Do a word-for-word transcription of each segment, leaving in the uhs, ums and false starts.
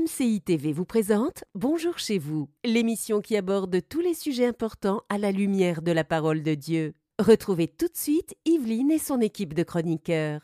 C I T V vous présente Bonjour chez vous, l'émission qui aborde tous les sujets importants à la lumière de la parole de Dieu. Retrouvez tout de suite Yveline et son équipe de chroniqueurs.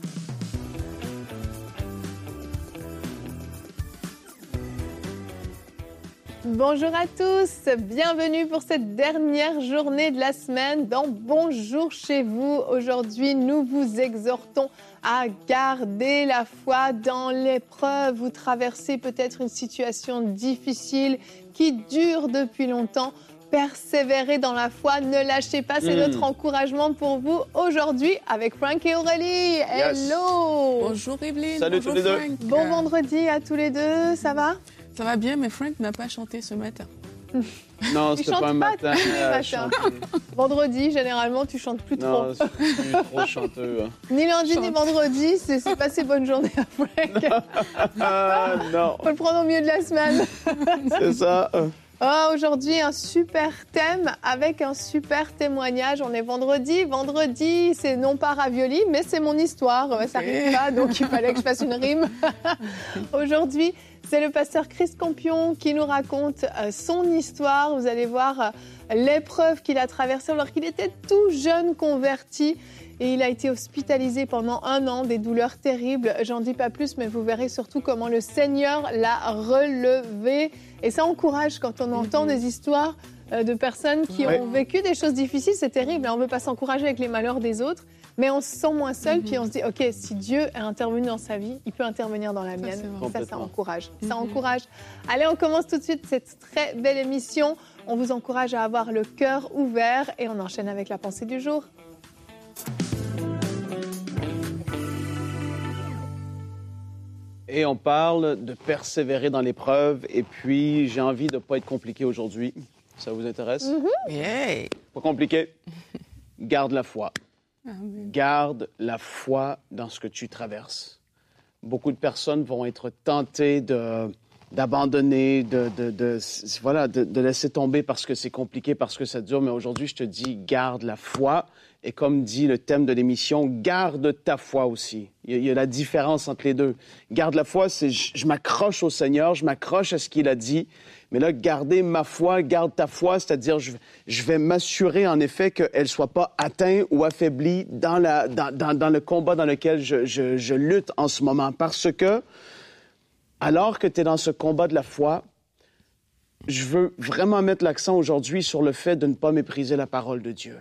Bonjour à tous, bienvenue pour cette dernière journée de la semaine dans Bonjour chez vous. Aujourd'hui, nous vous exhortons à garder la foi dans l'épreuve. Vous traversez peut-être une situation difficile qui dure depuis longtemps. Persévérez dans la foi, ne lâchez pas, c'est mmh. notre encouragement pour vous aujourd'hui avec Frank et Aurélie. Yes. Hello! Bonjour Yveline, salut bonjour tous les deux. Frank. Bon vendredi à tous les deux, ça va? Ça va bien, mais Frank n'a pas chanté ce matin. Non, c'était pas un matin. Euh, matin. Vendredi, généralement, tu chantes plus trop. Non, je suis trop chanteux. Hein. Ni lundi, Chante. ni vendredi, c'est, c'est passé bonne journée à Frank. Ah, non. Faut le prendre au milieu de la semaine. C'est ça. Oh, aujourd'hui, un super thème avec un super témoignage. On est vendredi. Vendredi, c'est non pas ravioli, mais c'est mon histoire. Okay. Ça rime pas, donc il fallait que je fasse une rime. Aujourd'hui, c'est le pasteur Chris Campion qui nous raconte euh, son histoire. Vous allez voir euh, l'épreuve qu'il a traversée alors qu'il était tout jeune converti. Et il a été hospitalisé pendant un an, des douleurs terribles. J'en dis pas plus, mais vous verrez surtout comment le Seigneur l'a relevé. Et ça encourage quand on entend mm-hmm. des histoires euh, de personnes qui ouais. ont vécu des choses difficiles. C'est terrible, hein. On ne veut pas s'encourager avec les malheurs des autres, mais on se sent moins seul, mm-hmm. puis on se dit, OK, si Dieu est intervenu dans sa vie, il peut intervenir dans la ça, mienne. Et ça, ça encourage. Mm-hmm. Ça encourage. Allez, on commence tout de suite cette très belle émission. On vous encourage à avoir le cœur ouvert et on enchaîne avec la pensée du jour. Et on parle de persévérer dans l'épreuve. Et puis, j'ai envie de ne pas être compliqué aujourd'hui. Ça vous intéresse? Mm-hmm. Yeah. Pas compliqué. Garde la foi. Amen. Garde la foi dans ce que tu traverses. Beaucoup de personnes vont être tentées de, d'abandonner, de, de, de, voilà, de, de laisser tomber parce que c'est compliqué, parce que ça dure. Mais aujourd'hui, je te dis, garde la foi. Et comme dit le thème de l'émission, garde ta foi aussi. Il y a, il y a la différence entre les deux. Garde la foi, c'est je, je m'accroche au Seigneur, je m'accroche à ce qu'il a dit. Mais là, garder ma foi, garde ta foi, c'est-à-dire je, je vais m'assurer en effet qu'elle ne soit pas atteinte ou affaiblie dans, la, dans, dans, dans le combat dans lequel je, je, je lutte en ce moment. Parce que, alors que tu es dans ce combat de la foi, je veux vraiment mettre l'accent aujourd'hui sur le fait de ne pas mépriser la parole de Dieu.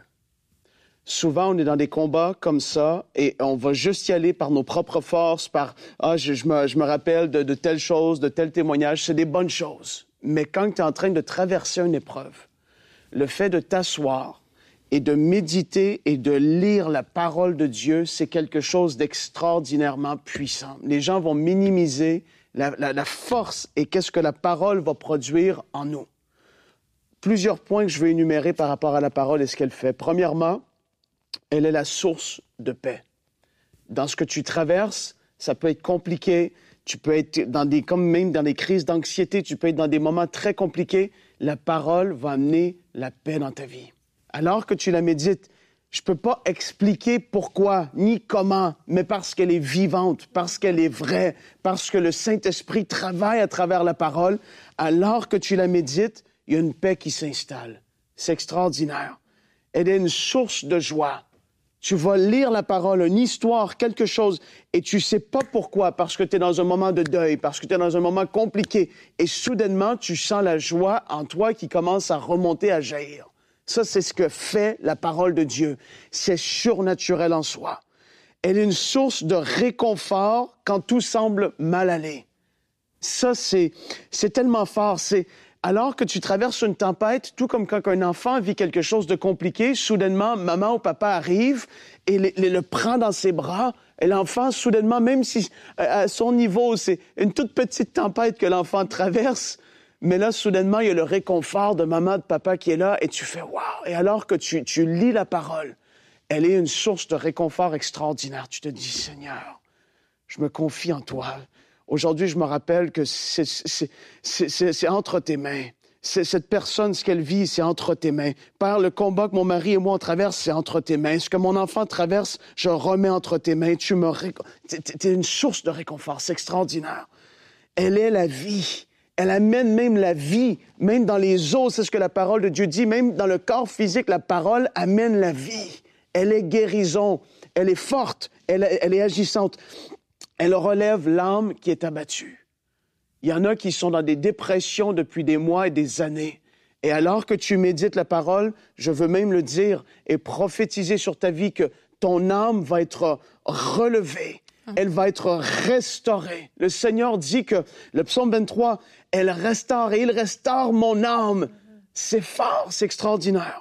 Souvent, on est dans des combats comme ça et on va juste y aller par nos propres forces, par « Ah, je, je, me, je me rappelle de, de telle chose, de tel témoignage ». C'est des bonnes choses. Mais quand tu es en train de traverser une épreuve, le fait de t'asseoir et de méditer et de lire la parole de Dieu, c'est quelque chose d'extraordinairement puissant. Les gens vont minimiser la, la, la force et qu'est-ce que la parole va produire en nous. Plusieurs points que je veux énumérer par rapport à la parole et ce qu'elle fait. Premièrement, elle est la source de paix. Dans ce que tu traverses, ça peut être compliqué. Tu peux être dans des, comme même dans des crises d'anxiété, tu peux être dans des moments très compliqués. La parole va amener la paix dans ta vie. Alors que tu la médites, je ne peux pas expliquer pourquoi ni comment, mais parce qu'elle est vivante, parce qu'elle est vraie, parce que le Saint-Esprit travaille à travers la parole. Alors que tu la médites, il y a une paix qui s'installe. C'est extraordinaire. Elle est une source de joie. Tu vas lire la parole, une histoire, quelque chose, et tu ne sais pas pourquoi, parce que tu es dans un moment de deuil, parce que tu es dans un moment compliqué, et soudainement, tu sens la joie en toi qui commence à remonter, à jaillir. Ça, c'est ce que fait la parole de Dieu. C'est surnaturel en soi. Elle est une source de réconfort quand tout semble mal aller. Ça, c'est, c'est tellement fort. C'est... Alors que tu traverses une tempête, tout comme quand un enfant vit quelque chose de compliqué, soudainement, maman ou papa arrive et le, le, le prend dans ses bras. Et l'enfant, soudainement, même si à son niveau, c'est une toute petite tempête que l'enfant traverse, mais là, soudainement, il y a le réconfort de maman, de papa qui est là et tu fais « wow ». Et alors que tu, tu lis la parole, elle est une source de réconfort extraordinaire. Tu te dis « Seigneur, je me confie en toi ». Aujourd'hui, je me rappelle que c'est, c'est, c'est, c'est, c'est entre tes mains. C'est, cette personne, ce qu'elle vit, c'est entre tes mains. Père, le combat que mon mari et moi on traverse, c'est entre tes mains. Ce que mon enfant traverse, je remets entre tes mains. Tu me ré... T'es une source de réconfort. C'est extraordinaire. elle est la vie. Elle amène même la vie, même dans les os, c'est ce que la parole de Dieu dit, même dans le corps physique, la parole amène la vie. Elle est guérison, elle est forte, elle, elle est agissante. Elle relève l'âme qui est abattue. Il y en a qui sont dans des dépressions depuis des mois et des années. Et alors que tu médites la parole, je veux même le dire et prophétiser sur ta vie que ton âme va être relevée. Elle va être restaurée. Le Seigneur dit que, le psaume vingt-trois, elle restaure et il restaure mon âme. C'est fort, c'est extraordinaire.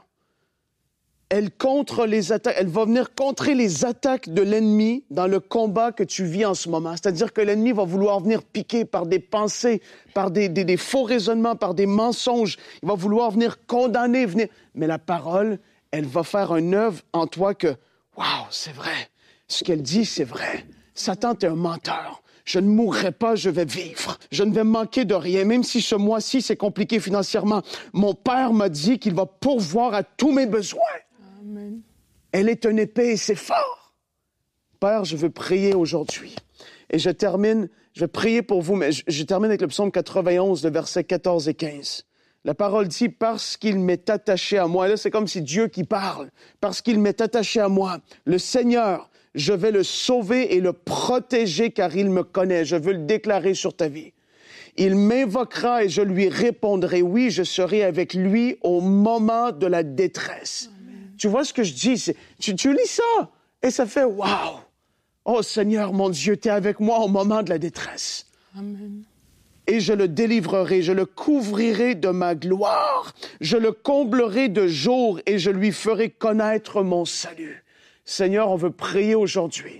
Elle contre les attaques, elle va venir contrer les attaques de l'ennemi dans le combat que tu vis en ce moment. C'est-à-dire que l'ennemi va vouloir venir piquer par des pensées, par des, des, des faux raisonnements, par des mensonges. Il va vouloir venir condamner, venir... Mais la parole, elle va faire une œuvre en toi que, waouh, c'est vrai. Ce qu'elle dit, c'est vrai. Satan, t'es un menteur. Je ne mourrai pas, je vais vivre. Je ne vais manquer de rien, même si ce mois-ci, c'est compliqué financièrement. Mon Père m'a dit qu'il va pourvoir à tous mes besoins. Amen. Elle est une épée et c'est fort. Père, je veux prier aujourd'hui. Et je termine, je vais prier pour vous, mais je, je termine avec le psaume quatre-vingt-onze, le versets quatorze et quinze. La parole dit, parce qu'il m'est attaché à moi. Et là, c'est comme si Dieu qui parle. Parce qu'il m'est attaché à moi, le Seigneur, je vais le sauver et le protéger car il me connaît. Je veux le déclarer sur ta vie. Il m'invoquera et je lui répondrai. Oui, je serai avec lui au moment de la détresse. Amen. Tu vois ce que je dis? C'est, tu, tu lis ça et ça fait « Wow! Oh Seigneur, mon Dieu, tu es avec moi au moment de la détresse. » Amen. Et je le délivrerai, je le couvrirai de ma gloire. Je le comblerai de jours et je lui ferai connaître mon salut. Seigneur, on veut prier aujourd'hui.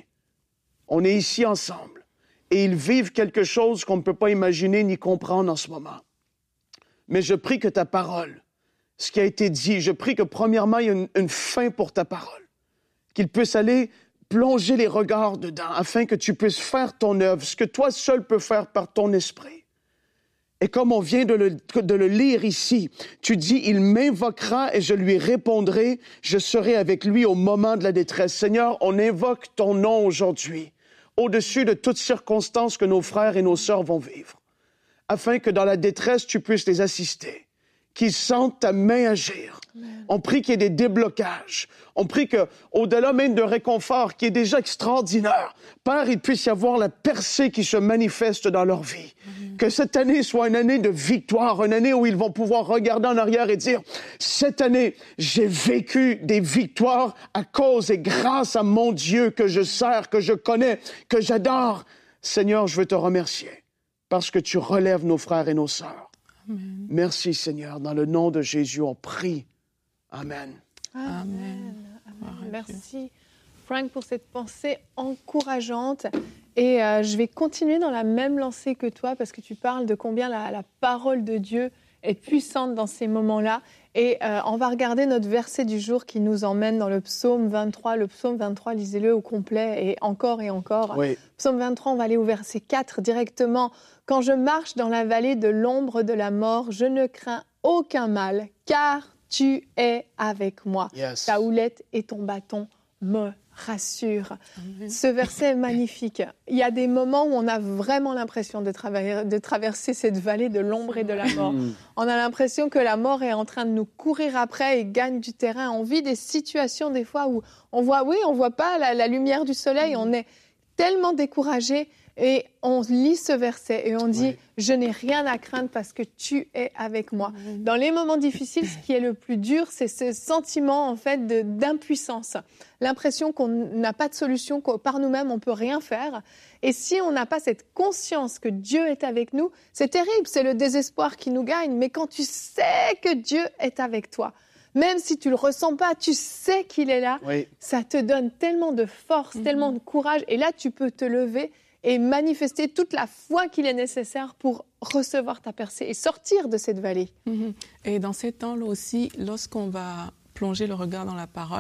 On est ici ensemble et ils vivent quelque chose qu'on ne peut pas imaginer ni comprendre en ce moment. Mais je prie que ta parole, ce qui a été dit, je prie que premièrement, il y ait une, une fin pour ta parole, qu'il puisse aller plonger les regards dedans afin que tu puisses faire ton œuvre, ce que toi seul peux faire par ton esprit. Et comme on vient de le, de le lire ici, tu dis, il m'invoquera et je lui répondrai, je serai avec lui au moment de la détresse. Seigneur, on invoque ton nom aujourd'hui, au-dessus de toutes circonstances que nos frères et nos sœurs vont vivre, afin que dans la détresse, tu puisses les assister, qu'ils sentent ta main agir. Amen. On prie qu'il y ait des déblocages. On prie qu'au-delà même de réconfort, qui est déjà extraordinaire, Père, il puisse y avoir la percée qui se manifeste dans leur vie. Amen. Que cette année soit une année de victoire, une année où ils vont pouvoir regarder en arrière et dire, cette année, j'ai vécu des victoires à cause et grâce à mon Dieu que je sers, que je connais, que j'adore. Seigneur, je veux te remercier parce que tu relèves nos frères et nos sœurs. Amen. Merci, Seigneur. Dans le nom de Jésus, on prie. Amen. Amen. Amen. Merci, Frank, pour cette pensée encourageante. Et euh, je vais continuer dans la même lancée que toi, parce que tu parles de combien la, la parole de Dieu est puissante dans ces moments-là. Et euh, on va regarder notre verset du jour qui nous emmène dans le psaume vingt-trois. Le psaume vingt-trois, lisez-le au complet et encore et encore. Oui. Psaume vingt-trois, on va aller au verset quatre directement. « Quand je marche dans la vallée de l'ombre de la mort, je ne crains aucun mal, car tu es avec moi. Yes. Ta houlette et ton bâton me rassurent. » Ce verset est magnifique. Il y a des moments où on a vraiment l'impression de, trava- de traverser cette vallée de l'ombre et de la mort. On a l'impression que la mort est en train de nous courir après et gagne du terrain. On vit des situations des fois où on voit, oui, on voit pas la, la lumière du soleil, on est tellement découragé. Et on lit ce verset et on dit oui. « Je n'ai rien à craindre parce que tu es avec moi. Mmh. » Dans les moments difficiles, ce qui est le plus dur, c'est ce sentiment en fait de, d'impuissance. L'impression qu'on n'a pas de solution, que par nous-mêmes, on ne peut rien faire. Et si on n'a pas cette conscience que Dieu est avec nous, c'est terrible, c'est le désespoir qui nous gagne. Mais quand tu sais que Dieu est avec toi, même si tu ne le ressens pas, tu sais qu'il est là, oui. ça te donne tellement de force, mmh. tellement de courage. Et là, tu peux te lever et manifester toute la foi qu'il est nécessaire pour recevoir ta percée et sortir de cette vallée. Mm-hmm. Et dans ces temps-là aussi, lorsqu'on va plonger le regard dans la parole,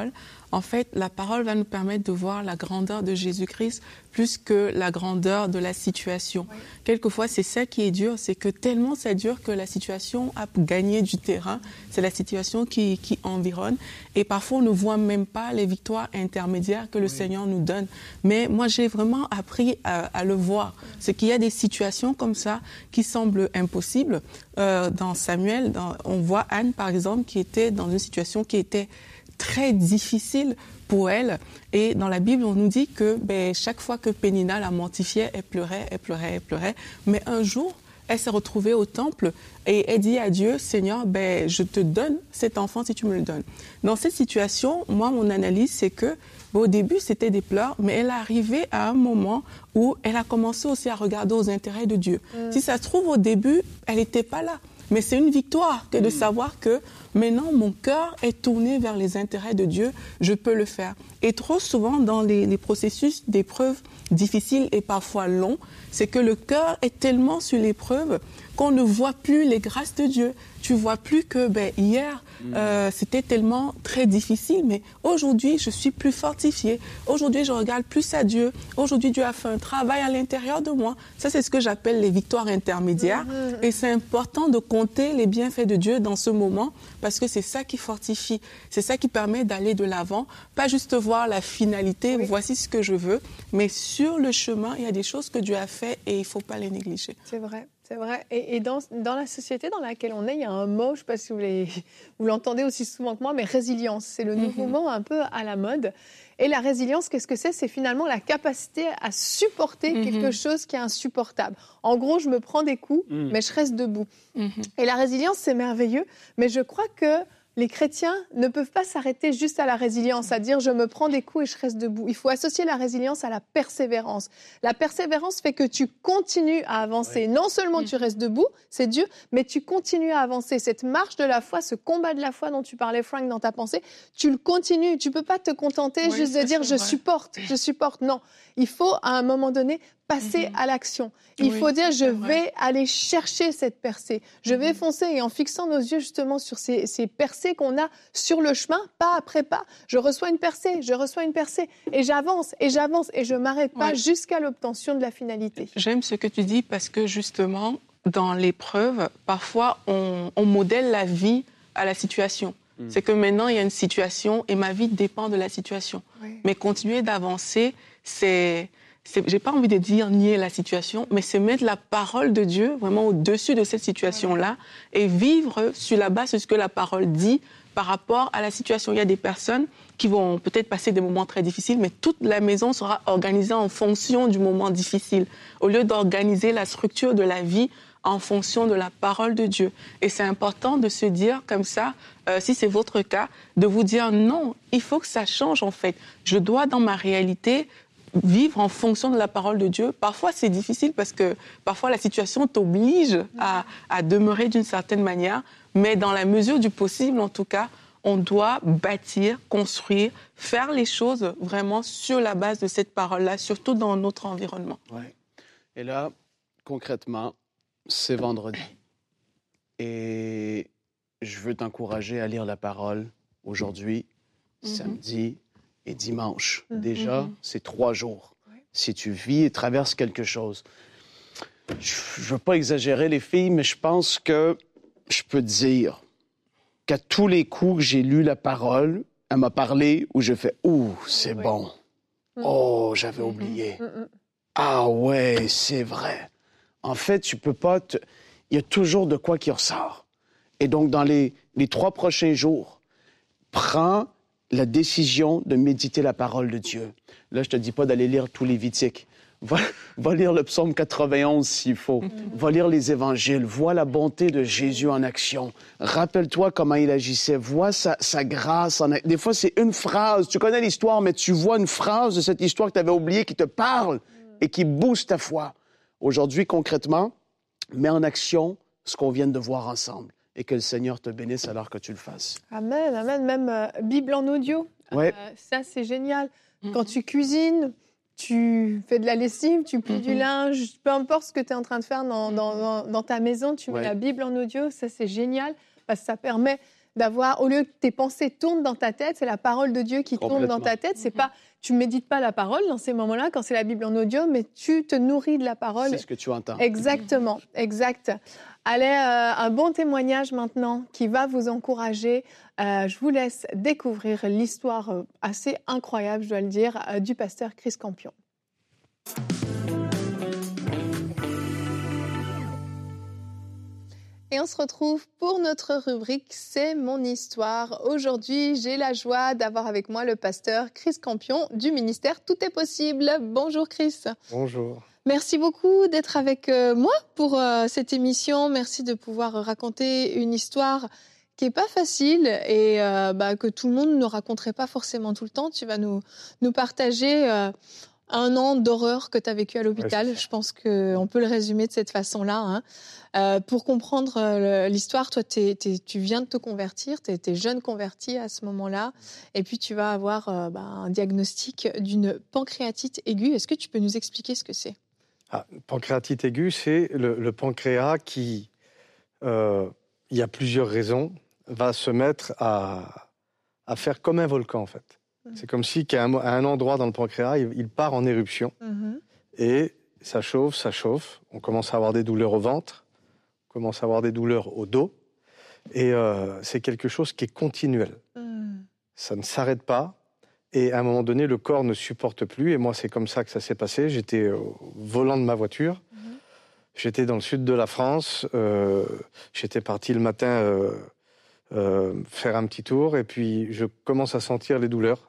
en fait, la parole va nous permettre de voir la grandeur de Jésus-Christ plus que la grandeur de la situation. Oui. Quelquefois, c'est ça qui est dur, c'est que tellement c'est dur que la situation a gagné du terrain. C'est la situation qui, qui environne. Et parfois, on ne voit même pas les victoires intermédiaires que le oui. Seigneur nous donne. Mais moi, j'ai vraiment appris à, à le voir. C'est qu'il y a des situations comme ça qui semblent impossibles. Euh, dans Samuel, dans, on voit Anne, par exemple, qui était dans une situation qui était très difficile pour elle. Et dans la Bible, on nous dit que ben, chaque fois que Pénina la mortifiait, elle pleurait, elle pleurait, elle pleurait. Mais un jour, elle s'est retrouvée au temple et elle dit à Dieu, Seigneur, ben, je te donne cet enfant si tu me le donnes. Dans cette situation, moi, mon analyse, c'est que ben, au début, c'était des pleurs, mais elle est arrivée à un moment où elle a commencé aussi à regarder aux intérêts de Dieu. Mmh. Si ça se trouve, au début, elle n'était pas là. Mais c'est une victoire que de savoir que maintenant, mon cœur est tourné vers les intérêts de Dieu, je peux le faire. Et trop souvent, dans les, les processus d'épreuves difficiles et parfois longs, c'est que le cœur est tellement sur l'épreuve qu'on ne voit plus les grâces de Dieu. Tu vois plus que ben, hier, euh, c'était tellement très difficile, mais aujourd'hui, je suis plus fortifiée. Aujourd'hui, je regarde plus à Dieu. Aujourd'hui, Dieu a fait un travail à l'intérieur de moi. Ça, c'est ce que j'appelle les victoires intermédiaires. Mmh. Et c'est important de compter les bienfaits de Dieu dans ce moment parce que c'est ça qui fortifie. C'est ça qui permet d'aller de l'avant. Pas juste voir la finalité, oui. Voici ce que je veux, mais sur le chemin, il y a des choses que Dieu a fait et il ne faut pas les négliger. C'est vrai. C'est vrai. Et, et dans, dans la société dans laquelle on est, il y a un mot, je ne sais pas si vous, les, vous l'entendez aussi souvent que moi, mais résilience. C'est le nouveau mm-hmm. mot un peu à la mode. Et la résilience, qu'est-ce que c'est ? C'est finalement la capacité à supporter mm-hmm. quelque chose qui est insupportable. En gros, je me prends des coups, mm. mais je reste debout. Mm-hmm. Et la résilience, c'est merveilleux. Mais je crois que les chrétiens ne peuvent pas s'arrêter juste à la résilience, à dire « je me prends des coups et je reste debout ». Il faut associer la résilience à la persévérance. La persévérance fait que tu continues à avancer. Oui. Non seulement tu restes debout, c'est Dieu, mais tu continues à avancer. Cette marche de la foi, ce combat de la foi dont tu parlais, Frank, dans ta pensée, tu le continues. Tu ne peux pas te contenter oui, juste de dire « je supporte, je supporte ». Non, il faut à un moment donné passer mm-hmm. à l'action. Il oui, faut dire, je vais aller chercher cette percée. Je vais mm-hmm. foncer et en fixant nos yeux justement sur ces, ces percées qu'on a sur le chemin, pas après pas. Je reçois une percée, je reçois une percée et j'avance et j'avance et je ne m'arrête pas oui. jusqu'à l'obtention de la finalité. J'aime ce que tu dis parce que justement, dans l'épreuve, parfois on, on modèle la vie à la situation. Mm. C'est que maintenant, il y a une situation et ma vie dépend de la situation. Oui. Mais continuer d'avancer, c'est... C'est, j'ai pas envie de dire nier la situation, mais c'est mettre la parole de Dieu vraiment au-dessus de cette situation-là et vivre sur la base de ce que la parole dit par rapport à la situation. Il y a des personnes qui vont peut-être passer des moments très difficiles, mais toute la maison sera organisée en fonction du moment difficile, au lieu d'organiser la structure de la vie en fonction de la parole de Dieu. Et c'est important de se dire comme ça, euh, si c'est votre cas, de vous dire non, il faut que ça change en fait. Je dois dans ma réalité vivre en fonction de la parole de Dieu. Parfois, c'est difficile parce que parfois, la situation t'oblige à, à demeurer d'une certaine manière, mais dans la mesure du possible, en tout cas, on doit bâtir, construire, faire les choses vraiment sur la base de cette parole-là, surtout dans notre environnement. Ouais. Et là, concrètement, c'est vendredi. Et je veux t'encourager à lire la parole aujourd'hui, mm-hmm. samedi, et dimanche. Mmh. Déjà, mmh. c'est trois jours. Oui. Si tu vis et traverses quelque chose. Je ne veux pas exagérer, les filles, mais je pense que je peux dire qu'à tous les coups que j'ai lu la parole, elle m'a parlé où je fais « Ouh, c'est oui. bon. Mmh. Oh, j'avais mmh. oublié. Mmh. Ah ouais, c'est vrai. » En fait, tu peux pas... Te... Il y a toujours de quoi qui ressort. Et donc, dans les, les trois prochains jours, prends la décision de méditer la parole de Dieu. Là, je te dis pas d'aller lire tous les Lévitiques. Va, va lire le psaume quatre-vingt-onze s'il faut. Mm-hmm. Va lire les évangiles. Vois la bonté de Jésus en action. Rappelle-toi comment il agissait. Vois sa, sa grâce. En... Des fois, c'est une phrase. Tu connais l'histoire, mais tu vois une phrase de cette histoire que tu avais oubliée qui te parle et qui booste ta foi. Aujourd'hui, concrètement, mets en action ce qu'on vient de voir ensemble. Et que le Seigneur te bénisse alors que tu le fasses. Amen, amen. Même euh, Bible en audio, ouais. euh, ça c'est génial. Mm-hmm. Quand tu cuisines, tu fais de la lessive, tu plies mm-hmm. du linge, peu importe ce que tu es en train de faire dans, dans, dans, dans ta maison, tu mets ouais. la Bible en audio, ça c'est génial parce que ça permet d'avoir, au lieu que tes pensées tournent dans ta tête, c'est la parole de Dieu qui tourne dans ta tête. C'est pas, tu médites pas la parole dans ces moments-là, quand c'est la Bible en audio, mais tu te nourris de la parole. C'est ce que tu entends. Exactement, exact. Allez, euh, un bon témoignage maintenant qui va vous encourager. Euh, je vous laisse découvrir l'histoire euh, assez incroyable, je dois le dire, euh, du pasteur Chris Campion. Et on se retrouve pour notre rubrique « C'est mon histoire ». Aujourd'hui, j'ai la joie d'avoir avec moi le pasteur Chris Campion du ministère Tout est possible. Bonjour Chris. Bonjour. Merci beaucoup d'être avec euh, moi pour euh, cette émission. Merci de pouvoir raconter une histoire qui n'est pas facile et euh, bah, que tout le monde ne raconterait pas forcément tout le temps. Tu vas nous, nous partager euh, un an d'horreur que tu as vécu à l'hôpital. Ouais, je pense qu'on peut le résumer de cette façon-là. Hein. Euh, pour comprendre euh, l'histoire, toi, t'es, t'es, tu viens de te convertir, tu es jeune converti à ce moment-là, et puis tu vas avoir euh, bah, un diagnostic d'une pancréatite aiguë. Est-ce que tu peux nous expliquer ce que c'est ? Ah, pancréatite aiguë, c'est le, le pancréas qui, euh, il y a plusieurs raisons, va se mettre à, à faire comme un volcan, en fait. Mmh. C'est comme si, qu'à un, à un endroit dans le pancréas, il, il part en éruption, mmh. et ça chauffe, ça chauffe. On commence à avoir des douleurs au ventre, on commence à avoir des douleurs au dos, et euh, c'est quelque chose qui est continuel. Mmh. Ça ne s'arrête pas. Et à un moment donné, le corps ne supporte plus. Et moi, c'est comme ça que ça s'est passé. J'étais au volant de ma voiture. Mmh. J'étais dans le sud de la France. Euh, j'étais parti le matin euh, euh, faire un petit tour. Et puis, je commence à sentir les douleurs.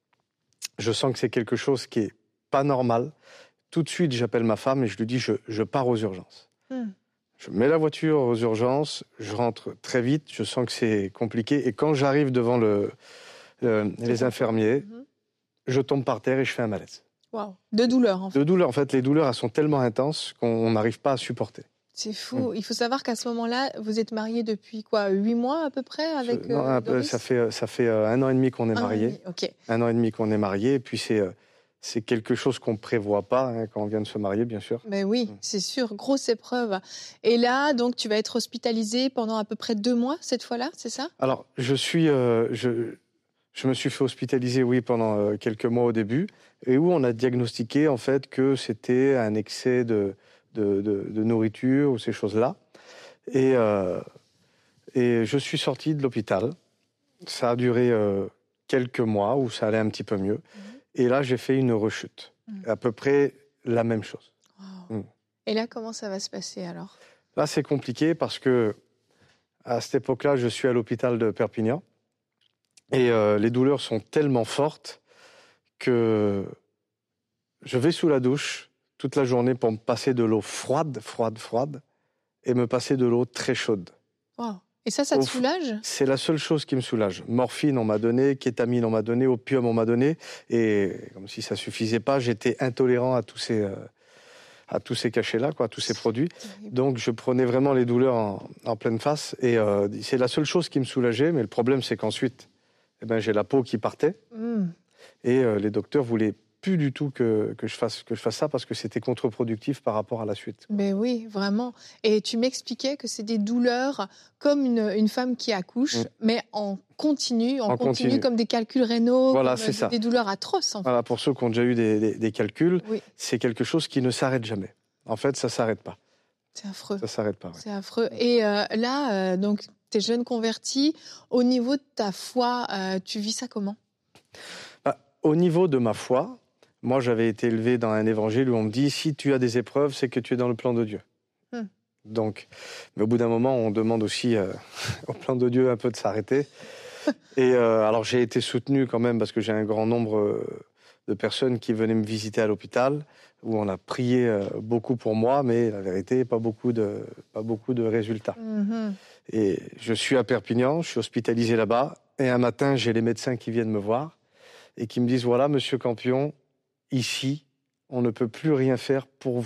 Je sens que c'est quelque chose qui n'est pas normal. Tout de suite, j'appelle ma femme et je lui dis, je, je pars aux urgences. Mmh. Je mets la voiture aux urgences. Je rentre très vite. Je sens que c'est compliqué. Et quand j'arrive devant le... Euh, les infirmiers, mmh. je tombe par terre et je fais un malaise. Wow. De douleur, en fait. De douleur, en fait, les douleurs, elles sont tellement intenses qu'on n'arrive pas à supporter. C'est fou. Mmh. Il faut savoir qu'à ce moment-là, vous êtes mariés depuis quoi, huit mois à peu près avec je, non, euh, un peu, ça fait ça fait euh, un an et demi qu'on est un mariés. Okay. Un an et demi qu'on est mariés. Et puis c'est euh, c'est quelque chose qu'on prévoit pas hein, quand on vient de se marier, bien sûr. Mais oui, mmh. c'est sûr, grosse épreuve. Et là, donc, tu vas être hospitalisé pendant à peu près deux mois cette fois-là, c'est ça ? Alors, je suis euh, je Je me suis fait hospitaliser, oui, pendant euh, quelques mois au début, et où on a diagnostiqué en fait que c'était un excès de, de, de, de nourriture ou ces choses-là. Et, euh, et je suis sorti de l'hôpital. Ça a duré euh, quelques mois où ça allait un petit peu mieux. Mmh. Et là, j'ai fait une rechute. Mmh. À peu près la même chose. Wow. Mmh. Et là, comment ça va se passer alors ? Là, c'est compliqué parce que à cette époque-là, je suis à l'hôpital de Perpignan. Et euh, les douleurs sont tellement fortes que je vais sous la douche toute la journée pour me passer de l'eau froide, froide, froide, et me passer de l'eau très chaude. Wow. Et ça, ça te Au soulage ? C'est la seule chose qui me soulage. Morphine, on m'a donné, kétamine, on m'a donné, opium, on m'a donné, et comme si ça suffisait pas, j'étais intolérant à tous ces, euh, à tous ces cachets-là, quoi, à tous ces produits. Donc je prenais vraiment les douleurs en, en pleine face, et euh, c'est la seule chose qui me soulageait, mais le problème, c'est qu'ensuite, eh ben, j'ai la peau qui partait mmh. et euh, les docteurs voulaient plus du tout que, que, je fasse, que je fasse ça parce que c'était contre-productif par rapport à la suite. Mais oui, vraiment. Et tu m'expliquais que c'est des douleurs comme une, une femme qui accouche, mmh. mais en continu, en, en continu, continu, comme des calculs rénaux, voilà, comme c'est des, ça. des douleurs atroces. En fait. Voilà, pour ceux qui ont déjà eu des, des, des calculs, oui. c'est quelque chose qui ne s'arrête jamais. En fait, ça ne s'arrête pas. C'est affreux. Ça ne s'arrête pas. Ouais. C'est affreux. Et euh, là, euh, donc... T'es jeune converti. Au niveau de ta foi, euh, tu vis ça comment ? bah, Au niveau de ma foi, moi j'avais été élevé dans un évangile où on me dit si tu as des épreuves, c'est que tu es dans le plan de Dieu. Hmm. Donc, mais au bout d'un moment, on demande aussi euh, au plan de Dieu un peu de s'arrêter. Et euh, alors j'ai été soutenu quand même parce que j'ai un grand nombre euh, de personnes qui venaient me visiter à l'hôpital où on a prié euh, beaucoup pour moi, mais la vérité, pas beaucoup de, pas beaucoup de résultats. Mm-hmm. Et je suis à Perpignan, je suis hospitalisé là-bas, et un matin, j'ai les médecins qui viennent me voir et qui me disent « Voilà, monsieur Campion, ici, on ne peut plus rien faire pour vous. »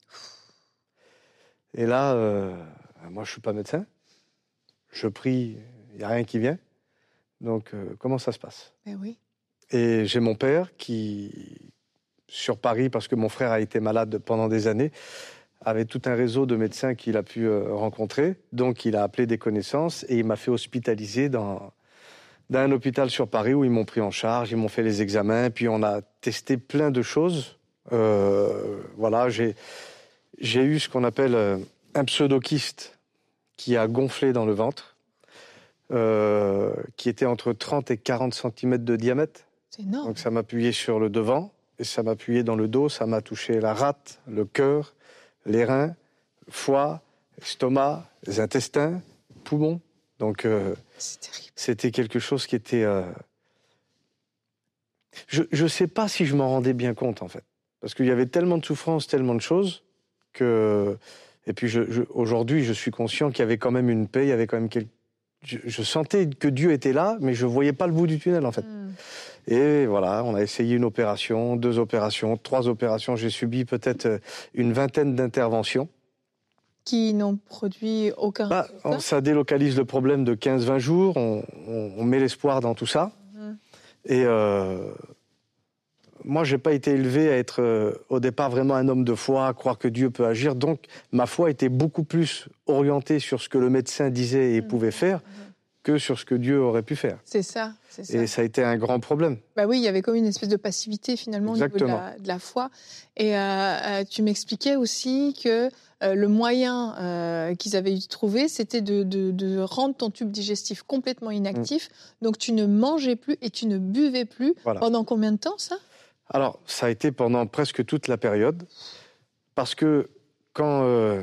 Et là, euh, moi, je ne suis pas médecin. Je prie, il n'y a rien qui vient. Donc, euh, comment ça se passe ? Eh oui. Et j'ai mon père qui, sur Paris, parce que mon frère a été malade pendant des années, avait tout un réseau de médecins qu'il a pu euh, rencontrer. Donc, il a appelé des connaissances et il m'a fait hospitaliser dans, dans un hôpital sur Paris où ils m'ont pris en charge, ils m'ont fait les examens, puis on a testé plein de choses. Euh, voilà, j'ai, j'ai eu ce qu'on appelle euh, un pseudokyste qui a gonflé dans le ventre, euh, qui était entre trente et quarante centimètres de diamètre. C'est énorme. Donc ça m'a appuyé sur le devant, et ça m'a appuyé dans le dos, ça m'a touché la rate, le cœur, les reins, foie, estomac, les intestins, poumons. Donc euh, C'est terrible. c'était quelque chose qui était... Euh... Je ne sais pas si je m'en rendais bien compte, en fait. Parce qu'il y avait tellement de souffrances, tellement de choses, que... Et puis je, je, aujourd'hui, je suis conscient qu'il y avait quand même une paix, il y avait quand même quelque... Je, je sentais que Dieu était là, mais je ne voyais pas le bout du tunnel, en fait. Mm. Et voilà, on a essayé une opération, deux opérations, trois opérations. J'ai subi peut-être une vingtaine d'interventions. Qui n'ont produit aucun Bah, résultat. on, ça délocalise le problème de quinze vingt jours. On, on, on met l'espoir dans tout ça. Mm. Et euh, moi, je n'ai pas été élevé à être euh, au départ vraiment un homme de foi, à croire que Dieu peut agir. Donc, ma foi était beaucoup plus orientée sur ce que le médecin disait et Mm. pouvait faire que sur ce que Dieu aurait pu faire. C'est ça, c'est ça. Et ça a été un grand problème. Bah oui, il y avait comme une espèce de passivité finalement au niveau de Exactement. la, de la foi. Et euh, euh, tu m'expliquais aussi que euh, le moyen euh, qu'ils avaient trouvé, c'était de, de, de rendre ton tube digestif complètement inactif. Mm. Donc tu ne mangeais plus et tu ne buvais plus. Voilà. Pendant combien de temps ça ? Alors, ça a été pendant presque toute la période. Parce que quand euh,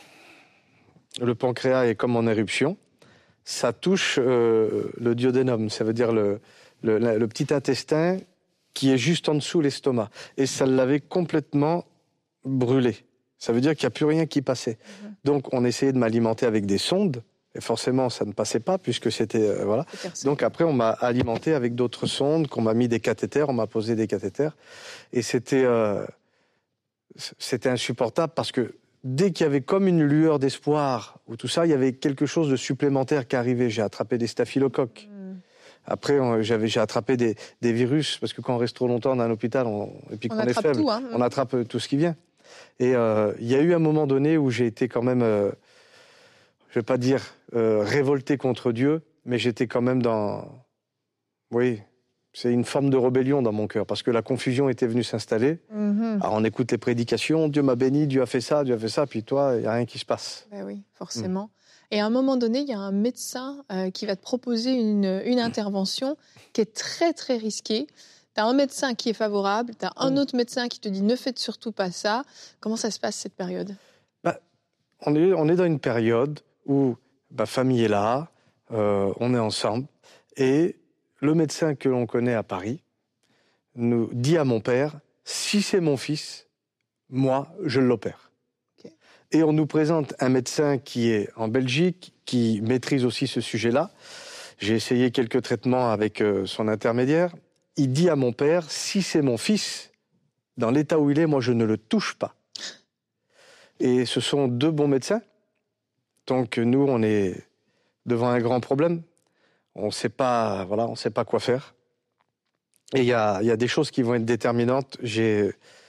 le pancréas est comme en éruption, ça touche euh, le duodénum, ça veut dire le, le, le petit intestin qui est juste en dessous l'estomac. Et ça l'avait complètement brûlé. Ça veut dire qu'il n'y a plus rien qui passait. Mmh. Donc on essayait de m'alimenter avec des sondes, et forcément ça ne passait pas puisque c'était... Euh, voilà. Donc après on m'a alimenté avec d'autres sondes, qu'on m'a mis des cathéters, on m'a posé des cathéters. Et c'était, euh, c'était insupportable parce que dès qu'il y avait comme une lueur d'espoir ou tout ça, il y avait quelque chose de supplémentaire qui arrivait. J'ai attrapé des staphylocoques. Mmh. Après, on, j'avais, j'ai attrapé des, des virus, parce que quand on reste trop longtemps dans un hôpital, on, et puis qu'on est faible, tout, hein. on attrape tout ce qui vient. Et euh, il y a eu un moment donné où j'ai été quand même, euh, je ne vais pas dire euh, révolté contre Dieu, mais j'étais quand même dans... Oui, c'est une forme de rébellion dans mon cœur, parce que la confusion était venue s'installer. Mmh. Alors on écoute les prédications, Dieu m'a béni, Dieu a fait ça, Dieu a fait ça, puis toi, il n'y a rien qui se passe. Ben oui, forcément. Mmh. Et à un moment donné, il y a un médecin euh, qui va te proposer une, une intervention qui est très, très risquée. Tu as un médecin qui est favorable, tu as un mmh. autre médecin qui te dit « ne faites surtout pas ça ». Comment ça se passe, cette période ? bah, on, est, on est dans une période où ma famille est là, euh, on est ensemble, et le médecin que l'on connaît à Paris nous dit à mon père « si c'est mon fils, moi, je l'opère ». Et on nous présente un médecin qui est en Belgique, qui maîtrise aussi ce sujet-là. J'ai essayé quelques traitements avec euh, son intermédiaire. Il dit à mon père, si c'est mon fils, dans l'état où il est, moi je ne le touche pas. Et ce sont deux bons médecins. Donc nous, on est devant un grand problème. On ne sait pas, voilà, on ne sait pas quoi faire. Et il y a, y a des choses qui vont être déterminantes. J'ai...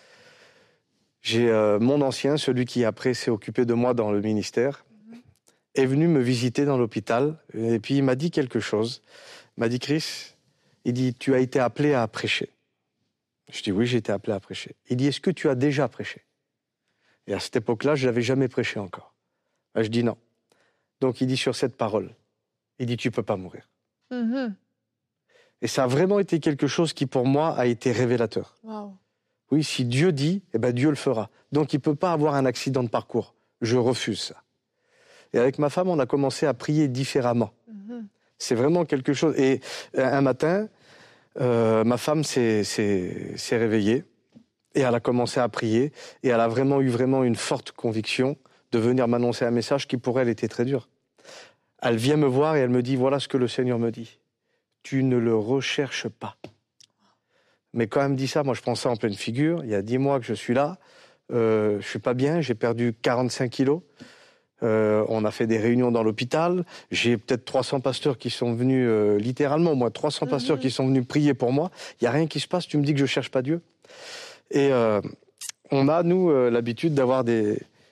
J'ai euh, mon ancien, celui qui après s'est occupé de moi dans le ministère, mmh. est venu me visiter dans l'hôpital et puis il m'a dit quelque chose. Il m'a dit « Chris, il dit, tu as été appelé à prêcher ». Je dis « Oui, j'ai été appelé à prêcher ». Il dit « Est-ce que tu as déjà prêché ?» Et à cette époque-là, je n'avais jamais prêché encore. Ben, je dis « Non ». Donc il dit « Sur cette parole, il dit « Tu ne peux pas mourir mmh. ». Et ça a vraiment été quelque chose qui pour moi a été révélateur. Wow. Oui, si Dieu dit, eh ben Dieu le fera. Donc il ne peut pas avoir un accident de parcours. Je refuse ça. Et avec ma femme, on a commencé à prier différemment. Mm-hmm. C'est vraiment quelque chose. Et un matin, euh, ma femme s'est, s'est, s'est réveillée et elle a commencé à prier. Et elle a vraiment eu vraiment une forte conviction de venir m'annoncer un message qui pour elle était très dur. Elle vient me voir et elle me dit, voilà ce que le Seigneur me dit. Tu ne le recherches pas. Mais quand elle me dit ça, moi je prends ça en pleine figure. Il y a dix mois que je suis là, euh, je ne suis pas bien, j'ai perdu quarante-cinq kilos. Euh, on a fait des réunions dans l'hôpital. J'ai peut-être trois cents pasteurs qui sont venus, euh, littéralement, moi, trois cents mmh. pasteurs qui sont venus prier pour moi. Il n'y a rien qui se passe, tu me dis que je ne cherche pas Dieu. Et euh, on a, nous, euh, l'habitude d'avoir des,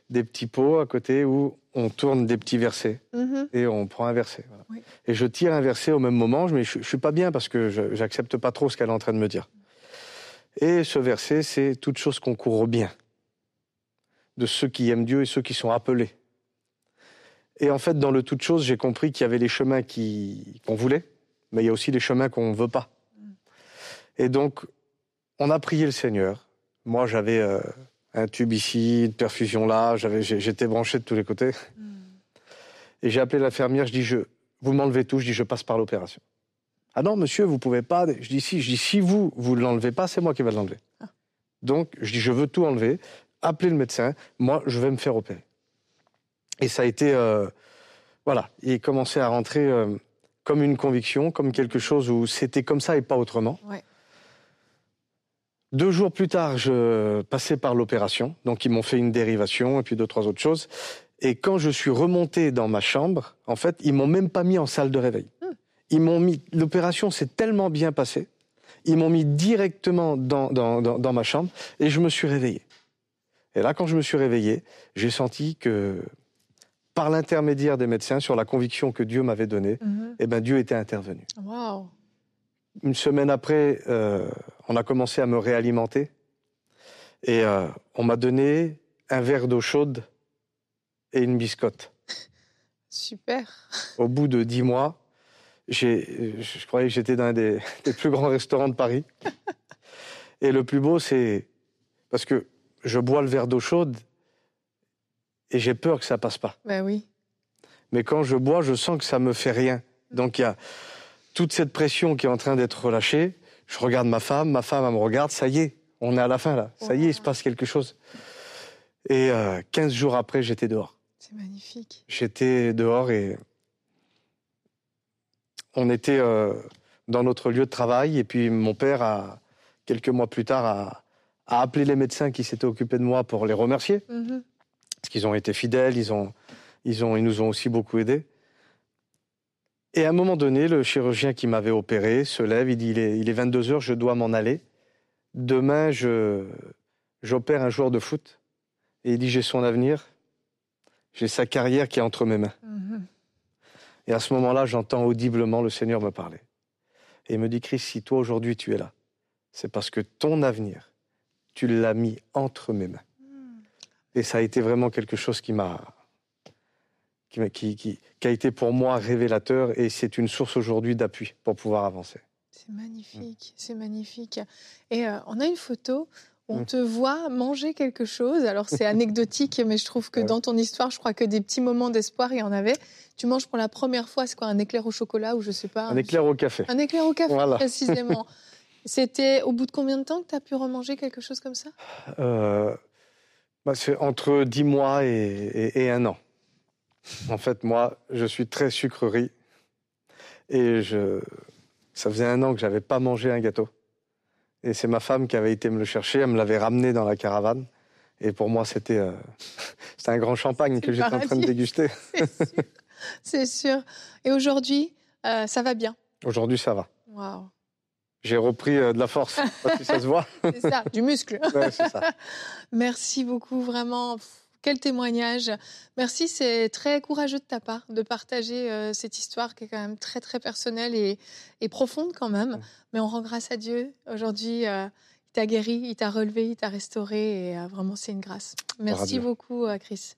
des petits pots à côté où on tourne des petits versets Mhm. et on prend un verset. Voilà. Oui. Et je tire un verset au même moment, mais je ne suis pas bien parce que je n'accepte pas trop ce qu'elle est en train de me dire. Et ce verset, c'est « Toutes choses concourent au bien de ceux qui aiment Dieu et ceux qui sont appelés ». Et en fait, dans le « toutes choses », j'ai compris qu'il y avait les chemins qui, qu'on voulait, mais il y a aussi les chemins qu'on ne veut pas. Et donc, on a prié le Seigneur. Moi, j'avais euh, un tube ici, une perfusion là, j'avais, j'étais branché de tous les côtés. Mm. Et j'ai appelé l'infirmière, je dis, je, vous m'enlevez tout, je dis, je passe par l'opération. Ah non, monsieur, vous pouvez pas. Je dis, si, je dis, si vous, vous ne l'enlevez pas, c'est moi qui vais l'enlever. Ah. Donc, je dis, je veux tout enlever, appelez le médecin, moi, je vais me faire opérer. Et ça a été, euh, voilà, il commençait à rentrer euh, comme une conviction, comme quelque chose où c'était comme ça et pas autrement. Ouais. Deux jours plus tard, je passais par l'opération, donc ils m'ont fait une dérivation et puis deux, trois autres choses. Et quand je suis remonté dans ma chambre, en fait, ils m'ont même pas mis en salle de réveil. Ils m'ont mis, l'opération s'est tellement bien passée, ils m'ont mis directement dans, dans, dans, dans ma chambre et je me suis réveillé. Et là, quand je me suis réveillé, j'ai senti que, par l'intermédiaire des médecins, sur la conviction que Dieu m'avait donnée, mm-hmm. eh ben, Dieu était intervenu. Wow. Une semaine après, euh, on a commencé à me réalimenter et euh, on m'a donné un verre d'eau chaude et une biscotte. Super. Au bout de dix mois, j'ai, je croyais que j'étais dans un des, des plus grands restaurants de Paris. Et le plus beau, c'est parce que je bois le verre d'eau chaude et j'ai peur que ça passe pas. Ben oui. Mais quand je bois, je sens que ça me fait rien. Donc il y a toute cette pression qui est en train d'être relâchée. Je regarde ma femme, ma femme elle me regarde, ça y est, on est à la fin là. Ça y est, il se passe quelque chose. Et euh, quinze jours après, j'étais dehors. C'est magnifique. J'étais dehors et on était euh, dans notre lieu de travail. Et puis mon père, a, quelques mois plus tard, a, a appelé les médecins qui s'étaient occupés de moi pour les remercier. Mm-hmm. Parce qu'ils ont été fidèles, ils, ont, ils, ont, ils nous ont aussi beaucoup aidés. Et à un moment donné, le chirurgien qui m'avait opéré se lève, il dit il est, il est vingt-deux heures, je dois m'en aller. Demain, je, j'opère un joueur de foot. Et il dit j'ai son avenir, j'ai sa carrière qui est entre mes mains. Mm-hmm. Et à ce moment-là, j'entends audiblement le Seigneur me parler. Et il me dit Chris, si toi aujourd'hui tu es là, c'est parce que ton avenir, tu l'as mis entre mes mains. Mm. Et ça a été vraiment quelque chose qui m'a... Qui, qui, qui, qui a été pour moi révélateur et c'est une source aujourd'hui d'appui pour pouvoir avancer. C'est magnifique, mmh. c'est magnifique. Et euh, on a une photo où on mmh. te voit manger quelque chose. Alors c'est anecdotique, mais je trouve que ouais. dans ton histoire, je crois que des petits moments d'espoir, il y en avait. Tu manges pour la première fois, c'est quoi, un éclair au chocolat ou je sais pas. Un éclair au café. Un éclair au café, voilà. Précisément. C'était au bout de combien de temps que tu as pu remanger quelque chose comme ça euh, bah, c'est entre dix mois et, et, et un an. En fait, moi, je suis très sucrerie et je... ça faisait un an que je n'avais pas mangé un gâteau. Et c'est ma femme qui avait été me le chercher, elle me l'avait ramené dans la caravane. Et pour moi, c'était, euh... c'était un grand champagne que j'étais en train de déguster. C'est sûr. C'est sûr. Et aujourd'hui, euh, ça va bien? Aujourd'hui, ça va. Waouh. J'ai repris euh, de la force, parce que ça se voit. C'est ça, du muscle. Ouais, c'est ça. Merci beaucoup, vraiment. Quel témoignage. Merci, c'est très courageux de ta part de partager euh, cette histoire qui est quand même très, très personnelle et, et profonde quand même. Mmh. Mais on rend grâce à Dieu. Aujourd'hui, euh, il t'a guéri, il t'a relevé, il t'a restauré et euh, vraiment, c'est une grâce. Merci beaucoup, euh, Chris.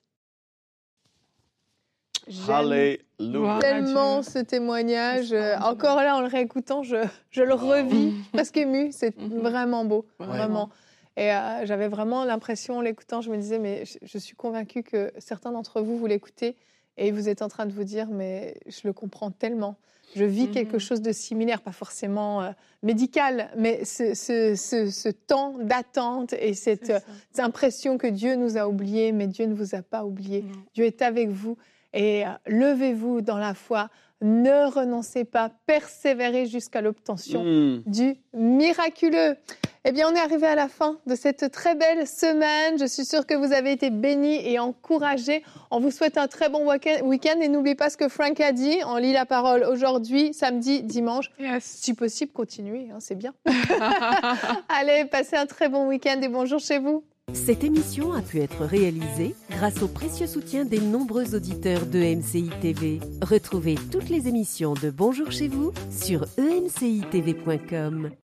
Alléluia. Tellement ce témoignage. Euh, encore là, en le réécoutant, je, je le revis, presque ému. C'est mmh. vraiment beau, ouais. vraiment. Et euh, j'avais vraiment l'impression, en l'écoutant, je me disais, mais je, je suis convaincue que certains d'entre vous, vous l'écoutez et vous êtes en train de vous dire, mais je le comprends tellement. Je vis mm-hmm. quelque chose de similaire, pas forcément euh, médical, mais ce, ce, ce, ce temps d'attente et cette, euh, cette impression que Dieu nous a oubliés, mais Dieu ne vous a pas oubliés. Mm. Dieu est avec vous et euh, levez-vous dans la foi. Ne renoncez pas, persévérez jusqu'à l'obtention mmh. du miraculeux. Eh bien, on est arrivé à la fin de cette très belle semaine. Je suis sûre que vous avez été bénis et encouragés. On vous souhaite un très bon week-end et n'oubliez pas ce que Frank a dit. On lit la parole aujourd'hui, samedi, dimanche. Yes. Si possible, continuez, hein, c'est bien. Allez, passez un très bon week-end et bonjour chez vous. Cette émission a pu être réalisée grâce au précieux soutien des nombreux auditeurs de E M C I T V. Retrouvez toutes les émissions de Bonjour chez vous sur e m c i t v point com.